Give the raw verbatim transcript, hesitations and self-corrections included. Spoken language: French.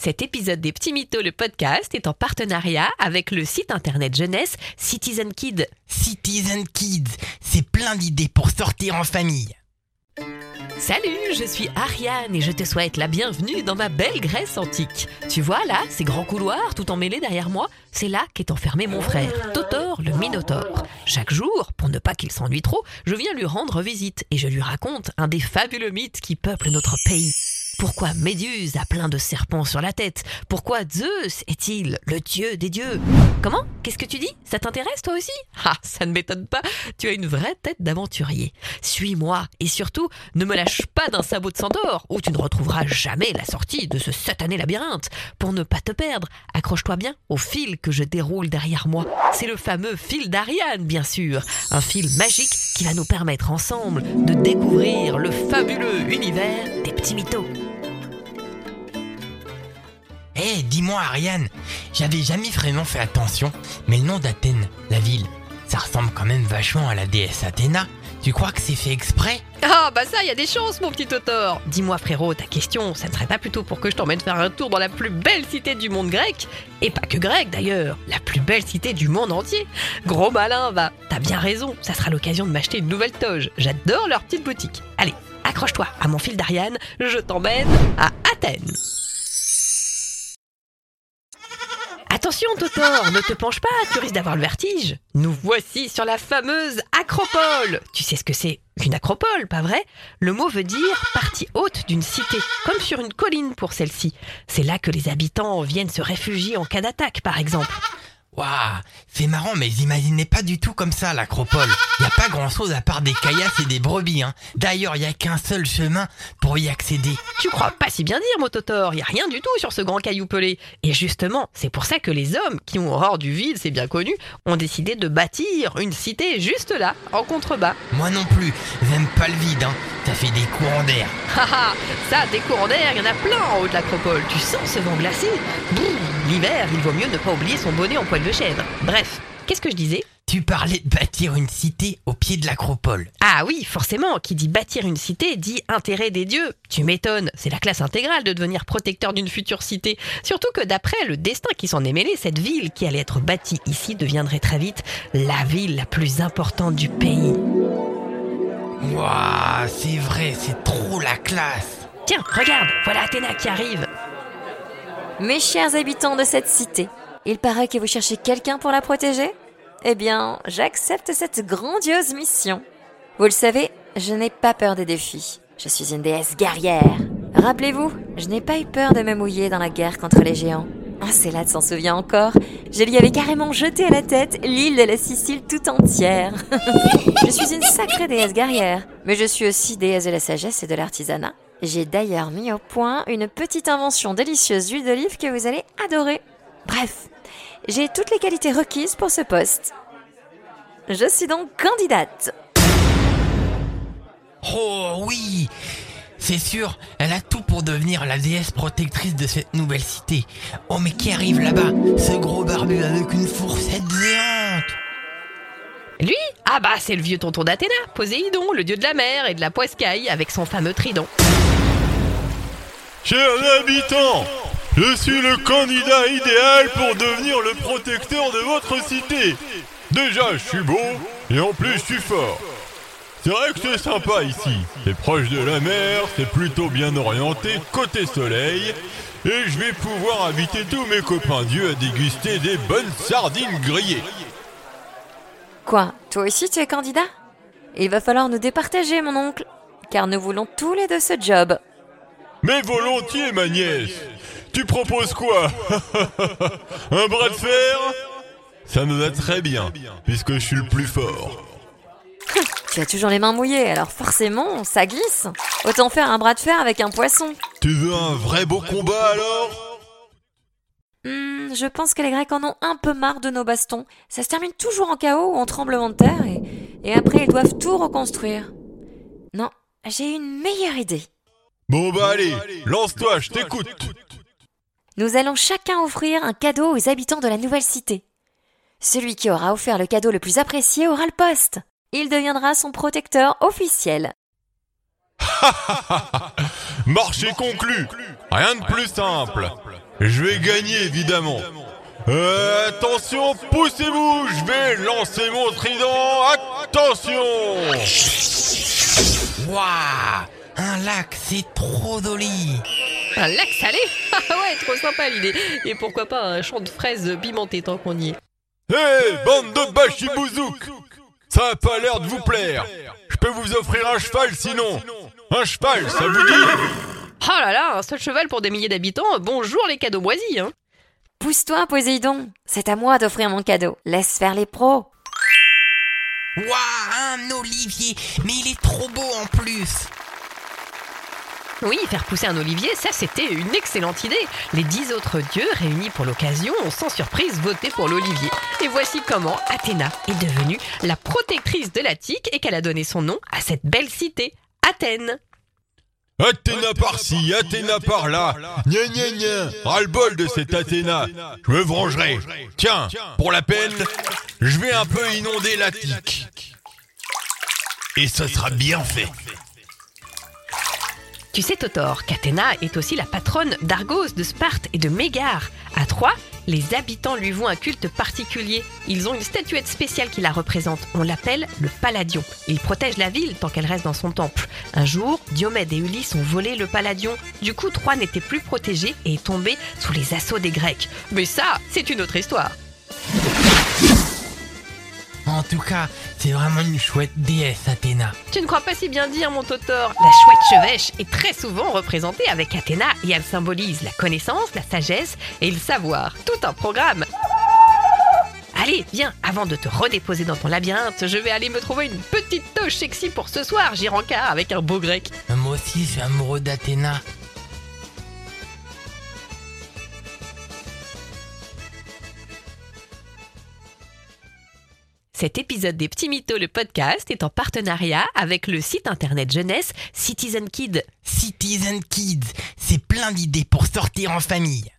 Cet épisode des Petits Mythos, le podcast, est en partenariat avec le site internet jeunesse Citizen Kids. Citizen Kids, c'est plein d'idées pour sortir en famille. Salut, je suis Ariane et je te souhaite la bienvenue dans ma belle Grèce antique. Tu vois là, ces grands couloirs tout emmêlés derrière moi, c'est là qu'est enfermé mon frère, Totor le Minotaure. Chaque jour, pour ne pas qu'il s'ennuie trop, je viens lui rendre visite et je lui raconte un des fabuleux mythes qui peuplent notre pays. Pourquoi Méduse a plein de serpents sur la tête? Pourquoi Zeus est-il le dieu des dieux? Comment? Qu'est-ce que tu dis? Ça t'intéresse toi aussi? Ah, ça ne m'étonne pas, tu as une vraie tête d'aventurier. Suis-moi et surtout, ne me lâche pas d'un sabot de centaure où tu ne retrouveras jamais la sortie de ce satané labyrinthe. Pour ne pas te perdre, accroche-toi bien au fil que je déroule derrière moi. C'est le fameux fil d'Ariane, bien sûr. Un fil magique qui va nous permettre ensemble de découvrir le fabuleux univers des petits mythos. Eh, hey, dis-moi Ariane, j'avais jamais vraiment fait attention, mais le nom d'Athènes, la ville, ça ressemble quand même vachement à la déesse Athéna. Tu crois que c'est fait exprès? Ah bah ça, y a des chances mon petit Totor. Dis-moi frérot, ta question, ça ne serait pas plutôt pour que je t'emmène faire un tour dans la plus belle cité du monde grec? Et pas que grec d'ailleurs, la plus belle cité du monde entier. Gros malin va, t'as bien raison, ça sera l'occasion de m'acheter une nouvelle toge. J'adore leur petite boutique. Allez, accroche-toi à mon fil d'Ariane, je t'emmène à Athènes. Attention Totor, ne te penche pas, tu risques d'avoir le vertige. Nous voici sur la fameuse Acropole. Tu sais ce que c'est qu'une acropole, pas vrai? Le mot veut dire partie haute d'une cité, comme sur une colline pour celle-ci. C'est là que les habitants viennent se réfugier en cas d'attaque, par exemple. Waouh, c'est marrant, mais j'imaginais pas du tout comme ça l'Acropole. Y a pas grand-chose à part des caillasses et des brebis, hein. D'ailleurs, y a qu'un seul chemin pour y accéder. Tu crois pas si bien dire, mon Totor, y a rien du tout sur ce grand caillou pelé. Et justement, c'est pour ça que les hommes, qui ont horreur du vide, c'est bien connu, ont décidé de bâtir une cité juste là, en contrebas. Moi non plus, j'aime pas le vide, hein. Ça fait des courants d'air. Haha, ça, des courants d'air, y en a plein en haut de l'Acropole. Tu sens ce vent glacé? Boum, l'hiver, il vaut mieux ne pas oublier son bonnet en poil de chèvre. Bref, qu'est-ce que je disais? Tu parlais de bâtir une cité au pied de l'Acropole. Ah oui, forcément, qui dit bâtir une cité dit intérêt des dieux. Tu m'étonnes, c'est la classe intégrale de devenir protecteur d'une future cité. Surtout que d'après le destin qui s'en est mêlé, cette ville qui allait être bâtie ici deviendrait très vite la ville la plus importante du pays. Waouh, c'est vrai, c'est trop la classe. Tiens, regarde, voilà Athéna qui arrive. Mes chers habitants de cette cité, il paraît que vous cherchez quelqu'un pour la protéger? Eh bien, j'accepte cette grandiose mission. Vous le savez, je n'ai pas peur des défis. Je suis une déesse guerrière. Rappelez-vous, je n'ai pas eu peur de me mouiller dans la guerre contre les géants. Encélade s'en souvient encore. Je lui avais carrément jeté à la tête l'île de la Sicile tout entière. Je suis une sacrée déesse guerrière, mais je suis aussi déesse de la sagesse et de l'artisanat. J'ai d'ailleurs mis au point une petite invention délicieuse d'huile d'olive que vous allez adorer. Bref, j'ai toutes les qualités requises pour ce poste. Je suis donc candidate. Oh oui, c'est sûr, elle a tout pour devenir la déesse protectrice de cette nouvelle cité. Oh mais qui arrive là-bas? Ce gros barbu avec une fourchette géante. Lui? Ah bah c'est le vieux tonton d'Athéna, Poséidon, le dieu de la mer et de la poiscaille avec son fameux trident. Chers habitants, je suis le candidat idéal pour devenir le protecteur de votre cité. Déjà, je suis beau et en plus, je suis fort. C'est vrai que c'est sympa ici. C'est proche de la mer, c'est plutôt bien orienté côté soleil. Et je vais pouvoir inviter tous mes copains dieux à déguster des bonnes sardines grillées. Quoi, toi aussi tu es candidat? Il va falloir nous départager, mon oncle, car nous voulons tous les deux ce job. Mais volontiers, ma nièce. Tu proposes quoi? Un bras de fer? Ça me va très bien, puisque je suis le plus fort. Tu as toujours les mains mouillées, alors forcément, ça glisse. Autant faire un bras de fer avec un poisson. Tu veux un vrai beau combat, alors? Hmm, je pense que les Grecs en ont un peu marre de nos bastons. Ça se termine toujours en chaos ou en tremblement de terre, et, et après ils doivent tout reconstruire. Non, j'ai une meilleure idée. Bon bah allez, lance-toi, je t'écoute. Nous allons chacun offrir un cadeau aux habitants de la nouvelle cité. Celui qui aura offert le cadeau le plus apprécié aura le poste. Il deviendra son protecteur officiel. Marché conclu. Rien de plus simple. Je vais gagner, évidemment. Euh, attention, poussez-vous, je vais lancer mon trident. Attention! Waouh! Un lac, c'est trop joli. Un lac salé? Ah ouais, trop sympa l'idée. Et pourquoi pas un champ de fraises pimentées tant qu'on y est. Hé, hey, bande de bachibouzouk! Ça a pas l'air de vous plaire. Je peux vous offrir un cheval sinon. Un cheval, ça vous dit? Oh là là, un seul cheval pour des milliers d'habitants. Bonjour les cadeaux moisis, hein. Pousse-toi, Poséidon. C'est à moi d'offrir mon cadeau. Laisse faire les pros. Waouh, un olivier, mais il est trop beau en plus. Oui, faire pousser un olivier, ça c'était une excellente idée. Les dix autres dieux réunis pour l'occasion ont sans surprise voté pour l'olivier. Et voici comment Athéna est devenue la protectrice de l'Attique et qu'elle a donné son nom à cette belle cité, Athènes. Athéna par-ci, Athéna par-là. Gna gna gna. Ras-le-bol de cette Athéna. Je me vengerai. Tiens, pour la peine, je vais un peu inonder l'Attique. Et ce sera bien fait. Tu sais, Totor, qu'Athéna est aussi la patronne d'Argos, de Sparte et de Mégare. À Troie, les habitants lui vouent un culte particulier. Ils ont une statuette spéciale qui la représente. On l'appelle le Palladion. Il protège la ville tant qu'elle reste dans son temple. Un jour, Diomède et Ulysse ont volé le Palladion. Du coup, Troie n'était plus protégée et est tombée sous les assauts des Grecs. Mais ça, c'est une autre histoire. En tout cas, c'est vraiment une chouette déesse, Athéna. Tu ne crois pas si bien dire, mon Totor. La chouette chevêche est très souvent représentée avec Athéna et elle symbolise la connaissance, la sagesse et le savoir. Tout un programme. Allez, viens, avant de te redéposer dans ton labyrinthe, je vais aller me trouver une petite toche sexy pour ce soir, j'irai en car avec un beau grec. Moi aussi, je suis amoureux d'Athéna. Cet épisode des Petits Mythos, le podcast, est en partenariat avec le site internet jeunesse Citizen Kids. Citizen Kids, c'est plein d'idées pour sortir en famille.